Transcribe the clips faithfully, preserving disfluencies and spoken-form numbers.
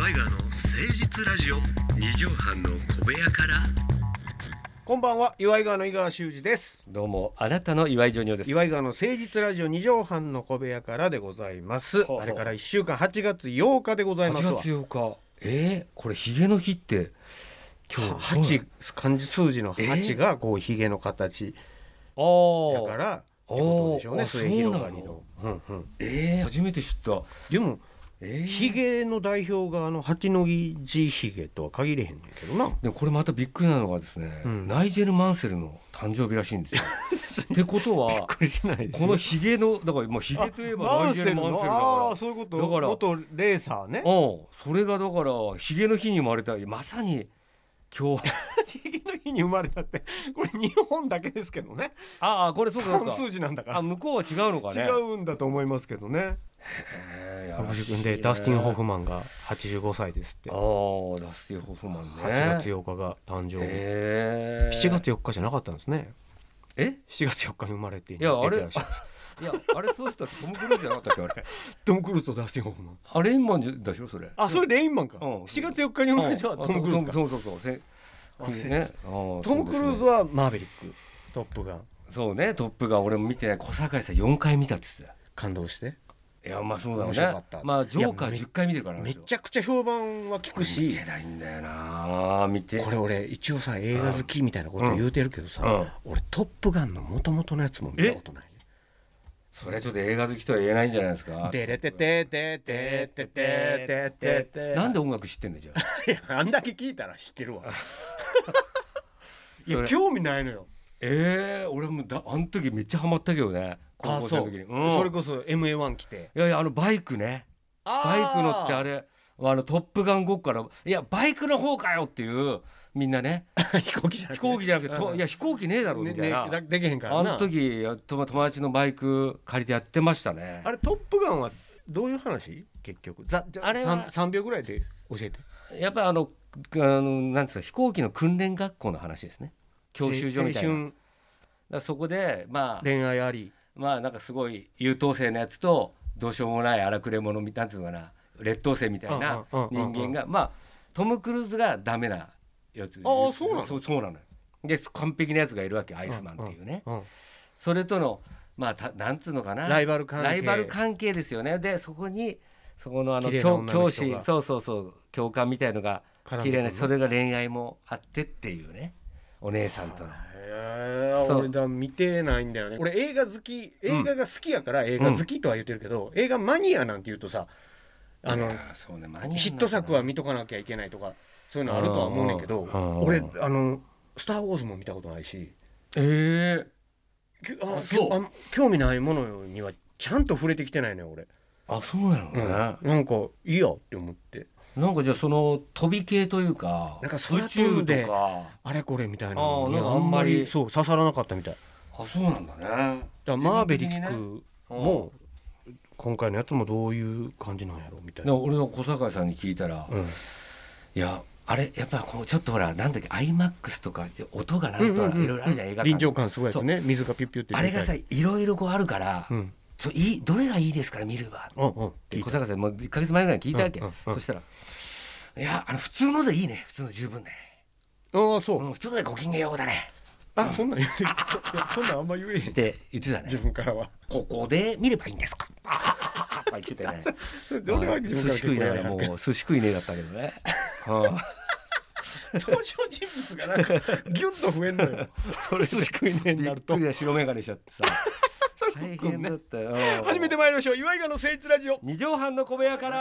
岩井川の誠実ラジオ。 二畳半の小部屋から。 こんばんは、岩井川の井川修司です。 どうも、あなたの岩井ジョニオです。 岩井川の誠実ラジオ二畳半の小部屋からでございます。あれからいっしゅうかん、はちがつようかでございますわ。 はちがつようか、えー、これヒゲの日って今日はち、漢字数字のはちがこうヒゲの形あだからってことでしょうね。末広がりの、うんうん、 えー、初めて知った。 でもえー、 ヒゲの代表があの八の字ヒゲとは限れへんねんけどな。 でもこれまたびっくりなのがですね、うん、ナイジェル・マンセルの誕生日らしいんですよってことはびっくりしないですよ。このヒゲのだからもうヒゲといえばナイジェル・マンセルだから。 ああ、そういうこと。 だから元レーサーね。 うん、それがだからヒゲの日に生まれた、まさに今日ヒゲの日に生まれたってこれ日本だけですけどね。 ああ、これそうか、 漢数字なんだから。 あ、向こうは違うのかね。 違うんだと思いますけどね。 へー、 やらしいね。でダスティン・ホフマンがはちじゅうごさいですって。 ああ、ダスティン・ホフマンね。 はちがつようかが誕生日。 へー、 しちがつよっかじゃなかったんですね。 え、 しちがつよっかに生まれて。 いやあれいやあれそうしたらトム・クルーズじゃなかったっけあれ。 トム・クルーズとダスティン・ホフマン。 あ、レインマンでしょそれ。 あ、それレインマンか、 うん、 しがつよっかに生まれたトム・クルーズか。 そうそうそうせね、 トム・クルーズはマーヴェリック、トップガン。 そうね、トップガン俺も見て、小堺さんよんかい見たって言ってた。 感動して。 いや、まあそうだろうね。まあジョーカーじゅっかい見てるから。 めちゃくちゃ評判は聞くし。 見てないんだよな。見てこれ俺一応さ、映画好きみたいなこと言うてるけどさ、うんうん、俺トップガンの元々のやつも見たことない。 それちょっと映画好きとは言えないんじゃないですか。 てれてててててててて。 なんで音楽知ってんのじゃあ。 いや、あんだけ聞いたら知ってるわ。いや、興味ないのよ。 えー、俺もだあの時めっちゃハマったけどね。高校生の時に。 うん、それこそ エムエーワン 来て。 いやいや、あのバイクね。バイク乗ってあれ。あのトップガンごっこからいやバイクの方かよっていうみんなね。 飛行機じゃなくて飛行機じゃなくて、うん、いや飛行機ねえだろみたいな、 ねね、できへんからな。 あの時友達のバイク借りてやってましたね。 あれトップガンはどういう話結局。ざあれは 3, さんびょうぐらいで教えて。 やっぱりあのあのなんですか、飛行機の訓練学校の話ですね。教習所みたいな。青春だ、そこでまあ恋愛あり、 まあなんかすごい優等生のやつとどうしようもない荒くれ者みたいなのかな、劣等生みたいな人間が、まあトム・クルーズがダメなやつ。 ああ、そうなの。 そうそうなのよ。で完璧なやつがいるわけ、アイスマンっていうね。それとのまあたなんつうのかな、 ライバル関係。 ライバル関係ですよね。でそこにそこのあの教教師、そうそうそう教官みたいのが綺麗な、それが恋愛もあってっていうね、お姉さんとの。 へー、俺だ見てないんだよね。俺映画好き、映画が好きやから映画好きとは言ってるけど、うん、映画マニアなんて言うとさ、あのそう、ね、マニアヒット作は見とかなきゃいけないとかそういうのあるとは思うねんけど、俺あのスター・ウォーズも見たことないし、 えー、あそうあ興味ないものにはちゃんと触れてきてないね俺。 あ、そうなのね、うん、 なんかいいやって思って。 なんかじゃあその飛び系というか、 なんか空飛んであれこれみたいなのにあんまりそう刺さらなかったみたい。 あ、そうなんだね。だからマーベリックも、ね、今回のやつもどういう感じなんやろみたいな。 俺の小堺さんに聞いたら、うん、いやあれやっぱこうちょっとほらなんだっけ アイマックス とか音がなんとかいろいろあるじゃん、映画館。 臨場感すごいやつね。水がピュッピュってあれがさいろいろこうあるから、うん、そういいどれがいいですから見れば、うんうん、小堺さんもういっかげつまえぐらいに聞いたわけ、うんうんうん、そしたらいやあの普通のでいいね、普通の十分ね。 ああそう、 うん、普通のでごきげんようだね。 あ、うん、そんなん言うそんなんあんま言えへんって言ってたね、 自分からは。 ここで見ればいいんですかああ言っててねどれは自分から寿司食いながらもう寿司食いねえだったけどね登場人物がなんかギュッと増えんのよそれ寿司食いねえになるとびっくり白眼鏡しちゃってさ大変だったよ。 始めてまいりましょう、岩井川の誠実ラジオ二畳半の小部屋から。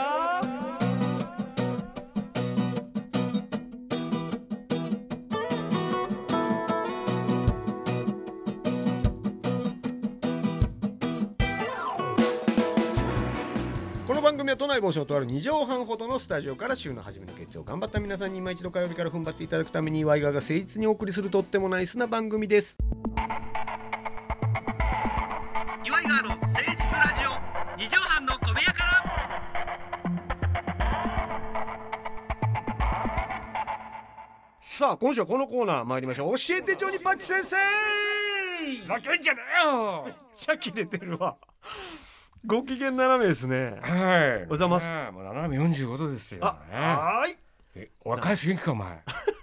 この番組は都内某所とあるに畳半ほどのスタジオから週の初めの月曜頑張った皆さんに今一度火曜日から踏ん張っていただくために岩井川が誠実にお送りするとってもナイスな番組です。 岩井川の誠実ラジオ二畳半の小部屋から。 さあ今週はこのコーナー参りましょう。教えてジョニパッチ先生。 ざけんじゃねえよシャキ出てるわ。 ご機嫌斜めですね。 はい。おはようございます。 もう斜めよんじゅうごどですよ、ね。 あ、はい。 え、若いす元気かお前。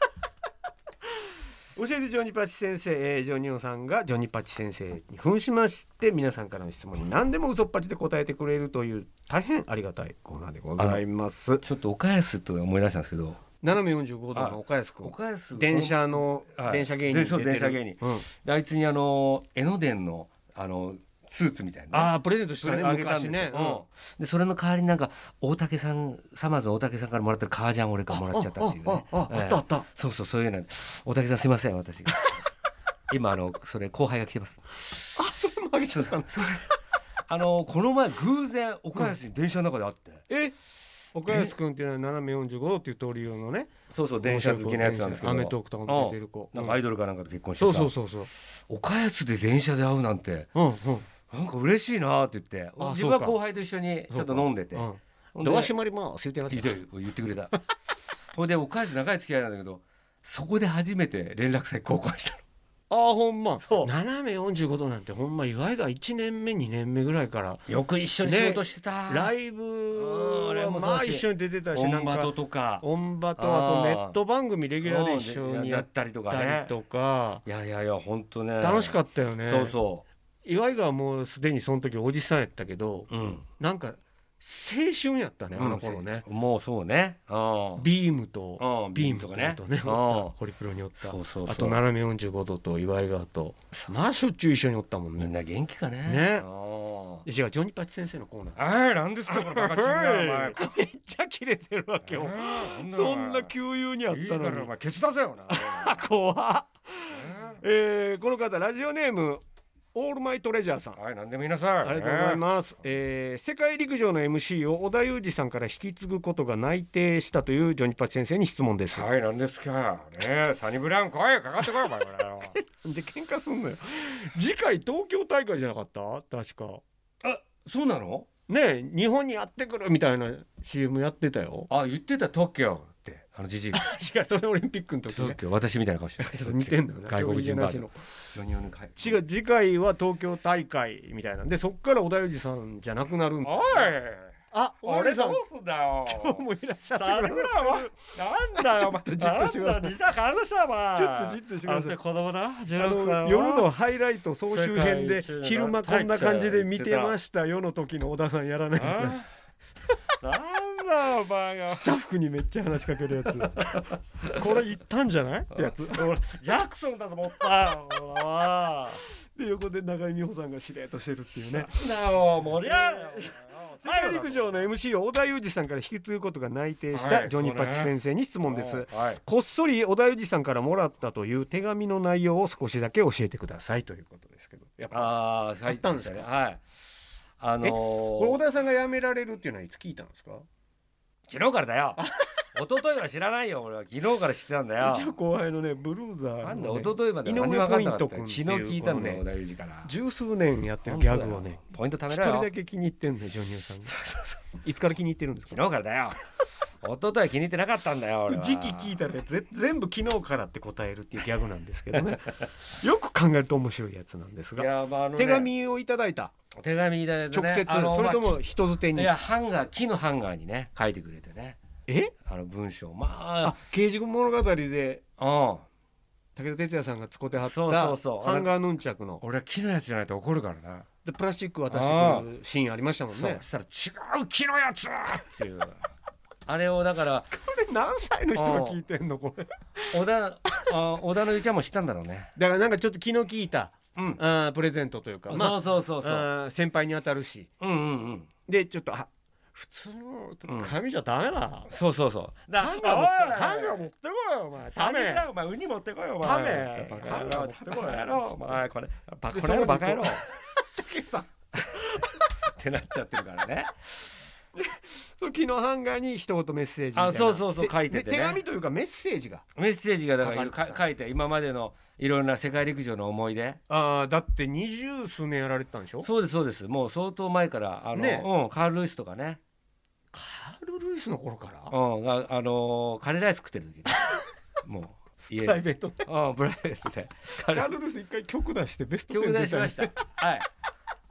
教えてジョニパチ先生、えー、ジョニオさんがジョニパチ先生に扮しまして皆さんからの質問に何でも嘘っぱちで答えてくれるという大変ありがたいコーナーでございます。 ちょっと岡安と思い出したんですけど、 斜めよんじゅうごどの岡安君、 岡安電車の、はい、電車芸人出てる。 電車芸人、うん、であいつにあの江ノ電のあのスーツみたいな、ね、 あプレゼントしたね昔ね、 うん、でそれの代わりになんか大竹さんサマーズの大竹さんからもらってる革ジャン俺からもらっちゃったっていうね。 あ, あ, あ, あ, あ, あったあった、 そうそうそういうの。大竹さんすいません私が今あのそれ後輩が来てます。 あそれもあげちゃったの。それあのこの前偶然岡安に電車の中で会って、うん、 え岡安君っていうのは斜めよんじゅうごどっていう通りのね、 そうそう電車好きなやつなんですけど、 アメトークとかも出てる子、 なんかアイドルかなんかと結婚してた、 そうそうそうそう、 岡安で電車で会うなんて、うんうん、なんか嬉しいなって言って、自分は後輩と一緒にちょっと飲んでて、 うん、ドア閉まります言って言ってくれた。ほいで岡安長い付き合いなんだけど、そこで初めて連絡先交換したの。 ああほんま、斜めよんじゅうごどなんてほんま岩井がいちねんめにねんめぐらいからよく一緒に仕事してた、 ね、ライブはまあ一緒に出てたし、 オンバトとかオンバト、あとネット番組レギュラーで一緒にやったりとか、ね、 いやいやいや本当ね楽しかったよね。 そうそう、 岩井がもうすでにその時おじさんやったけど、うん、なんか青春やったね、あの頃ね、 うん、もうそうね、あビームとビームとかね、 ホリプロにおった、そうそうそう、あと斜めよんじゅうごどと岩井川と、まあしょっちゅう一緒におったもんね。 みんな元気かね。 ね、あ違う、ジョニパチ先生のコーナー。 ああなんですかこれバカチンがめっちゃキレてるわけよ。そんな急誘にあったのに。いいからお前ケツ出せよな。 怖っ。えー、この方ラジオネームオールマイトレジャーさん、 はい、何でも言いなさい。 ありがとうございます、えー、世界陸上の エムシー を織田裕二さんから引き継ぐことが内定したというジョニパチ先生に質問です。 はい、何ですかね。サニブラウン声かかってこいお前で喧嘩すんのよ。次回東京大会じゃなかった？確か。 あ、そうなの？ ねえ、日本にやってくるみたいな シーエム やってたよ。 あ、言ってた東京ってあのじじい違う、それオリンピックの時ね。 東京、私みたいな顔してる。 似てんだよね、 外国人バージョン。 違う、次回は東京大会みたいなんで、そっから織田裕二さんじゃなくなるんだ。 おい、 あ、 俺どうすんだよ。 今日もいらっしゃってください。 なんだよ、ちょっとじっとしてください。ちょっとじっとしてください。 子供な、 夜のハイライト総集編で昼間こんな感じで見てましたよの時の小田さんやらないでください。 なんだお前が。 スタッフにめっちゃ話しかけるやつ。これ言ったんじゃないってやつ。 俺ジャクソンだと思ったよ。 で横で永井美穂さんがしれっとしてるっていうね。 なお盛り上がるよ。 世界陸上の エムシー を織田裕二さんから引き継ぐことが内定したジョニパチ先生に質問です、はい、こっそり織田裕二さんからもらったという手紙の内容を少しだけ教えてくださいということですけど、やっぱああったんですかね。はい、あのー、 これ織田さんが辞められるっていうのはいつ聞いたんですか？ 昨日からだよ。一昨日は知らないよ。俺は昨日から知ってたんだよ。 うちの後輩のねブルーザーの、ね、 なんだ一昨日まで井上ポイント君っていう、 昨日聞いたんだよ、織田裕二から。 十数年やってるギャグをね、 ポイント貯めろよ。 一人だけ気に入ってんのよ、ジョニオさんが。そうそうそう。いつから気に入ってるんですか？ 昨日からだよ。一昨日は気に入ってなかったんだよ。俺は時期聞いたらぜ全部昨日からって答えるっていうギャグなんですけどね。よく考えると面白いやつなんですが、いや、まああのね、手紙をいただいた。 手紙いただいた、ね、 直接それとも人づてに。 いや、ハンガー、木のハンガーにね書いてくれてね。 えあの文章、まあ、 あ、刑事物語で、 うん、武田鉄矢さんが使ってはったそうそうそうハンガーヌンチャクの。 俺は木のやつじゃないと怒るからな。 でプラスチック渡してくるシーンありましたもんね。 そうしたら違う木のやつっていうあれをだからこれ何歳の人が聞いてんのこれ。 小田あ小田のゆちゃんも知ったんだろうね。 だからなんかちょっと気の利いた、うん、あプレゼントというか、 まあ、そうそうそうそう先輩に当たるし、 うんうんうん、 でちょっとあ普通の紙じゃダメだ、 うん、そうそうそうだハンガー持ってこいよお前タメお前ウニ持ってこいよお前タメハンガー持ってこいよお前これバカ野郎バカ野郎竹さんってなっちゃってるからね。 昨日ハンガーに一言メッセージみたいな。 あ、そうそうそう書いてて、ね、 手紙というかメッセージがメッセージがだからか書いて今までのいろんな世界陸上の思い出。 あ、だって二十数年やられてたんでしょ。 そうですそうです。もう相当前からあの、ね、うん、カール・ルイスとかね。 カール・ルイスの頃から、 うん、あ、あのー、カレーライス食ってる時にもう家プライベートで、 うん、プライベートでカール・ルイス一回曲出してベストテン曲出しました。はい。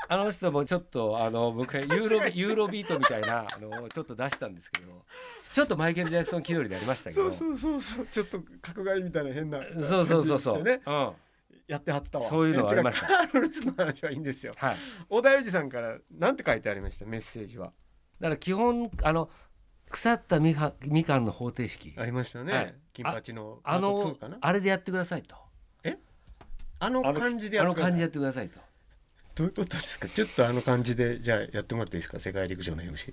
あの人もちょっとあの僕ユーロユーロビートみたいなあのちょっと出したんですけど、ちょっとマイケル・ジャクソン気取りでありましたけど、 そうそうそうそう、ちょっと角刈りみたいな変なそうそうそうそう、ね、うん、 やってはったわ。 そういうのがありました。 カールスの話はいいんですよ、はい、小田裕二さんからなんて書いてありました、メッセージは。 だから基本あの腐ったみかみかんの方程式ありましたね、はい、金八のあのあれでやってくださいと。 えあの感じでやってください、 あの感じでやってくださいと。 どういうことですか。ちょっとあの感じでじゃあやってもらっていいですか、世界陸上の用紙。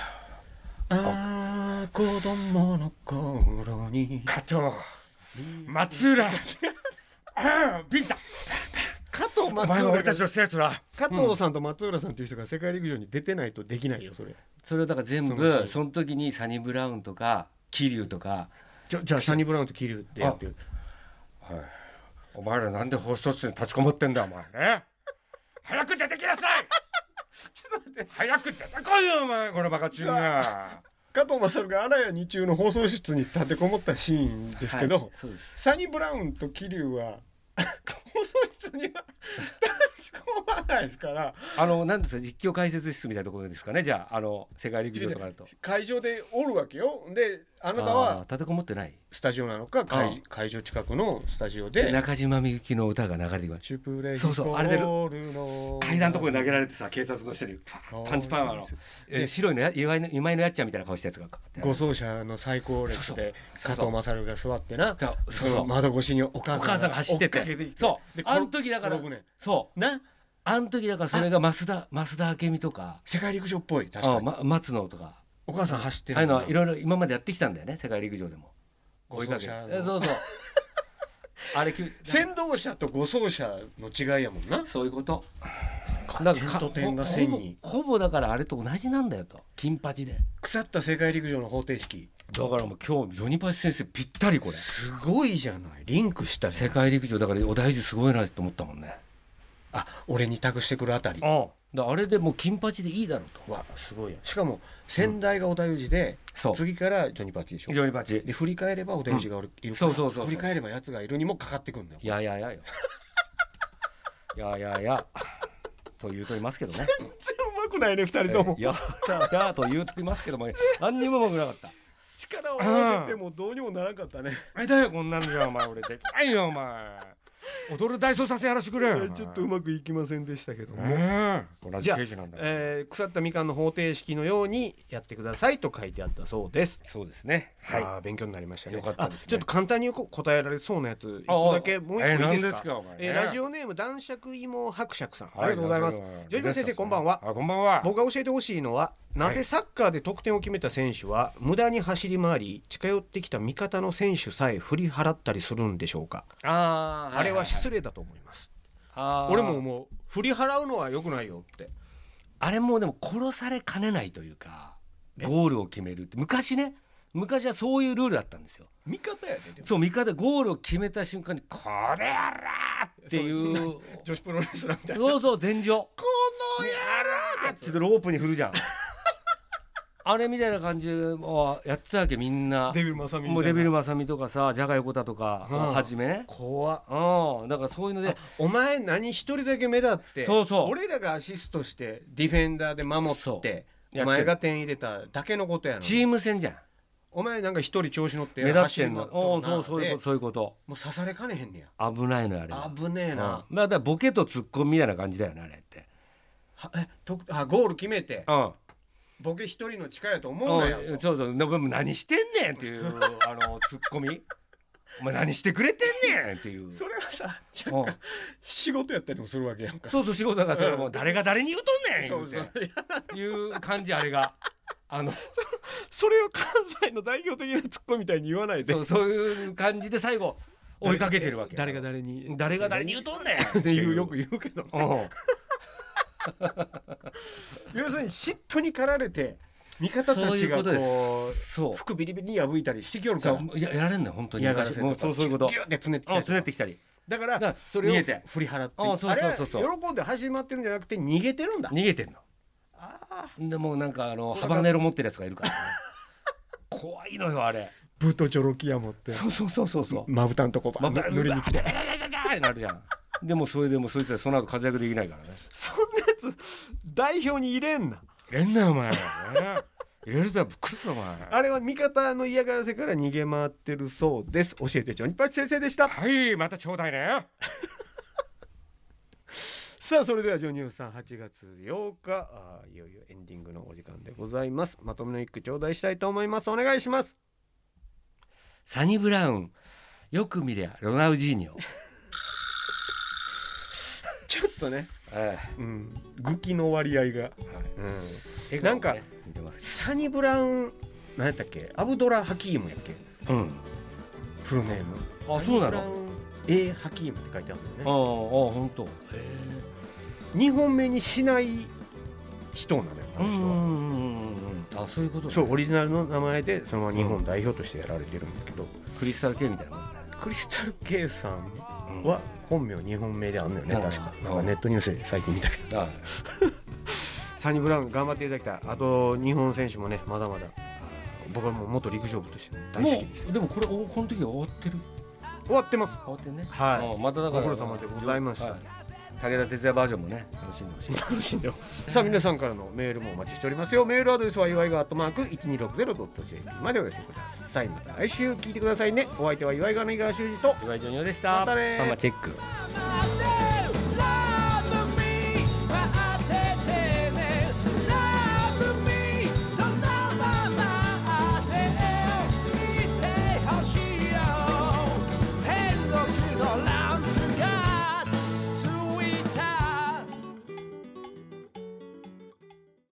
ああ子供の頃に加藤松浦ビンタ加藤松浦、俺たちの生徒だ。 加藤さんと松浦さんという人が世界陸上に出てないとできないよそれ。 それをだから全部その時にサニブラウンとか桐生とかじゃじゃあサニブラウンと桐生でやってる。 はい、お前らなんで放送室に立ちこもってんだお前ね。早く出てきなさいちょっと待って、早く出てこいよお前このバカチンが。 加藤勝が荒谷二中の放送室に立てこもったシーンですけど、はい、そうです。サニブラウンと桐生は放送室には立ちこまないですから。 あの何ですか、実況解説室みたいなところですかね。じゃああの世界陸上とかだと会場でおるわけよ。であなたは立てこもってない、 スタジオなのか 会, 会場近くのスタジオで中島みゆきの歌が流れてくる。そうそう、あれで階段のところに投げられてさ、警察の人にパンチパーマの、えー、白いの今井の今井のやっちゃんみたいな顔したやつが護送車の最高列で加藤勝が座ってな、そうそうそう、窓越しにお母さんが走ってて、そうあの時だから、そうなあの時だから、それが増田増田明美とか世界陸上っぽい、確かに、 ま、松野とかお母さん走ってる、 ああいうのはいろいろ今までやってきたんだよね、世界陸上でも。 護送車のそうそうあれ先導車と護送車の違いやもんな。 そういうこと。 点と点が線にほ, ほ, ほぼだからあれと同じなんだよと、金八で腐った世界陸上の方程式だから。もう今日ジョニパチ先生ぴったり、これすごいじゃない、リンクした世界陸上だから。小田裕二すごいなと思ったもんね。 あ、俺に託してくるあたり、 ああだあれでもう金八でいいだろうと。 わすごいや。しかも先代が小田裕二で、うん、次からジョニパチでしょ。 ジョニパチで振り返れば小田裕二がいるから、うん、そうそうそうそう、振り返ればやつがいるにもかかってくるんだよ。 いやいやいやよいやいやいやと言うとりますけどね。 全然うまくないねふたりとも。 いやいやと言うとりますけども、何にもうまくなかった。 力を合わせてもどうにもならなかったね。 あれだよこんなんじゃお前、俺でかいよお前。踊る大捜査線やらしてくれよ。 ちょっとうまくいきませんでしたけども、 えー、同じ刑事なんだよ。 じゃあ、えー、腐ったみかんの方程式のようにやってくださいと書いてあったそうです。 そうですね、はい、 あ勉強になりましたね。 よかったですね。 ちょっと簡単に答えられそうなやつ一個だけもう一個いいですか。 えー、何ですか、 えー、ラジオネーム男爵芋伯爵さん、ありがとうございます。ジョニパチ先生こんばんは。 あこんばんは。 僕が教えてほしいのは、なぜサッカーで得点を決めた選手は無駄に走り回り近寄ってきた味方の選手さえ振り払ったりするんでしょうか。あ, あれは失礼だと思います。あ俺ももう振り払うのは良くないよって。 あれもでも殺されかねないというか、ゴールを決めるって昔ね、昔はそういうルールだったんですよ。 味方やで、でもそう味方、ゴールを決めた瞬間にこれやらっていう女子プロレスラーみたいな、 そうそう前場このやらってロープに振るじゃんあれみたいな感じでやってたわけみんな。 デビルマサミもうデビルマサミとかさ、ジャガ横田とかはじめね。 怖っ。 うん、だからそういうので、 お前何一人だけ目立って、 そうそう俺らがアシストしてディフェンダーで守ってお前が点入れただけのことやの。 チーム戦じゃん。 お前なんか一人調子乗って目立ってんの。おそうそういうこと、そういうこと。 もう刺されかねへんねや。危ないのよあれ。 危ねえな。 うん、だからボケとツッコミみたいな感じだよねあれって。 はえとあゴール決めて。うん。ボケ一人の力やと思うなよ。 そうそう、何してんねんっていうあのツッコミ。お前何してくれてんねんっていう。 それはさ、若干仕事やったりもするわけやんか。 そうそう仕事だから、それもう誰が誰に言うとんねん言うてそういう感じ。あれがあのそれを関西の代表的なツッコミみたいに言わないで、 そうそういう感じで最後追いかけてるわけ。 誰が誰に誰が誰に言うとんねんっていうよく言うけど、ね、要するに嫉妬に駆られて味方たちがこうそう服ビリビリに破いたりしてきよるから、 いややられんの本当に。 嫌がらせとかそうそういうこと。 ギュッてつねってきたり、 つねってきたり、 だからそれを振り払って、 あそうそうそうそう、 あれは喜んで走り回ってるんじゃなくて逃げてるんだ。 逃げてんの。あでもなんかあのハバネロ持ってるやつがいるからね怖いのよあれ。 ブとチョロキヤ持って、 そうそうそうそうそう、 まぶたんとこば塗りに来てなるやん。でもそれでもそいつはその後活躍できないからね。 そんなやつ代表に入れんな入れんなよお前入れるとはぶっくりするお前。 あれは味方の嫌がらせから逃げ回ってるそうです。教えてちょにぱち先生でした。 はいまたちょうだいねさあそれではジョニオさんはちがつようかあいよいよエンディングのお時間でございます。まとめの一句頂戴したいと思います。お願いします。 サニブラウンよく見りゃロナウジーニョちょっとね、 ええうん、グキの割合が、はいうん、なんか、ね、サニブラウン何やったっけアブドラ・ハキームやっけ、うん、フルネームあそうなの A ハキームって書いてあるんだよね。 ああ本当。 にほんめにしない人なのよあの人は。うんうんあそういうこと、ね、 そうオリジナルの名前でそのまま日本代表としてやられてるんだけど、うん、 クリスタル K みたいなもん。 クリスタル K さんは本名にほんめであんのよね、うん、確かなんかネットニュースで最近見たけど、うん、サニブラウン頑張っていただきたい。あと日本選手もねまだまだ僕はもう元陸上部として大好きです。 でもこれこの時は終わってる終わってます。 終わってね。 はい。 まただからご苦労様でございました。はい、 武田鉄矢バージョンもね楽しんでほしい。 楽しんでほしい。さあ皆さんからのメールもお待ちしておりますよ。メールアドレスは祝いがアットマークいちにろくゼロドットジェーピー までお寄せください。また来週聞いてくださいね。お相手は祝いがの井川修司と岩井ジョニオでした。 またね。 サンバチェック。